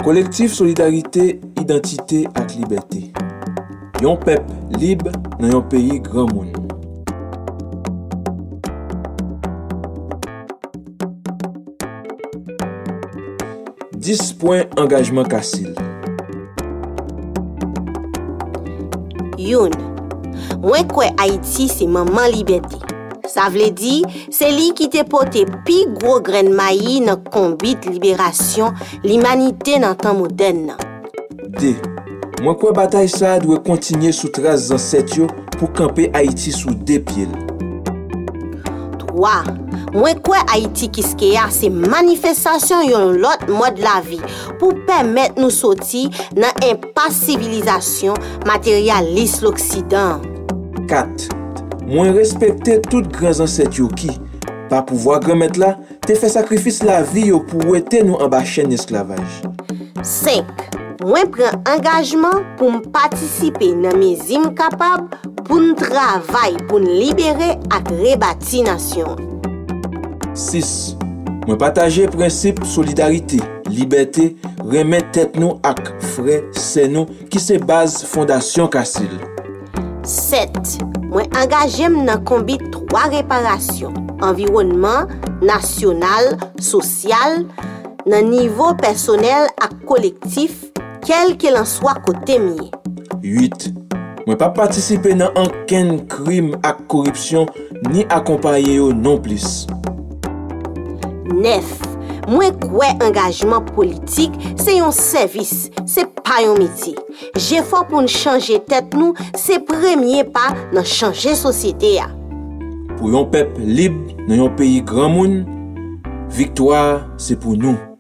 Collectif Solidarité, Identité ak Liberté. Yon peuple libre dans yon pays grand monde. « 10 points engagement Kassil. Youn, mwen kwe Haïti c'est maman liberté. Ça vle di, c'est li qui te pote pi gros grain maïs dans combat libération l'humanité dans temps moderne. D. Mwen kwe bataille ça doit continuer sous traces ancêtres yo pour camper Haïti sous deux pieds. 3. Mwen kwe Haïti kiske ya c'est manifestation yon lot mode la vie pour permettre nous sortir dans impasse civilisation matérialiste l'Occident. 4. Mwen respecter tout grands ancêtres yo qui, par pouvoir grand mettre là, te fait sacrifice la vie yo pour rester nous en bas chaîne esclavage. 5. Mwen prend engagement pour me participer dans mes hymnes capables pour me travailler pour libérer et rebâtir nation. 6. Mwen partager principe solidarité, liberté, remettre tête nous ak frère c'est nous qui se base fondation Kassil. 7. Mwen engagé dans combat 3 réparations, environnement, national, social, dans niveau personnel et collectif, quel qu'il en soit côté mieux. 8. Mwen pas participer dans aucun crime ak corruption ni accompagner yo non plus. 9. Mwen kwe engagement politique, c'est un service, c'est pas un métier. J'effort pour nous changer tête nous, c'est premier pas dans changer société. Pour un peuple libre dans un pays grand monde, victoire c'est pour nous.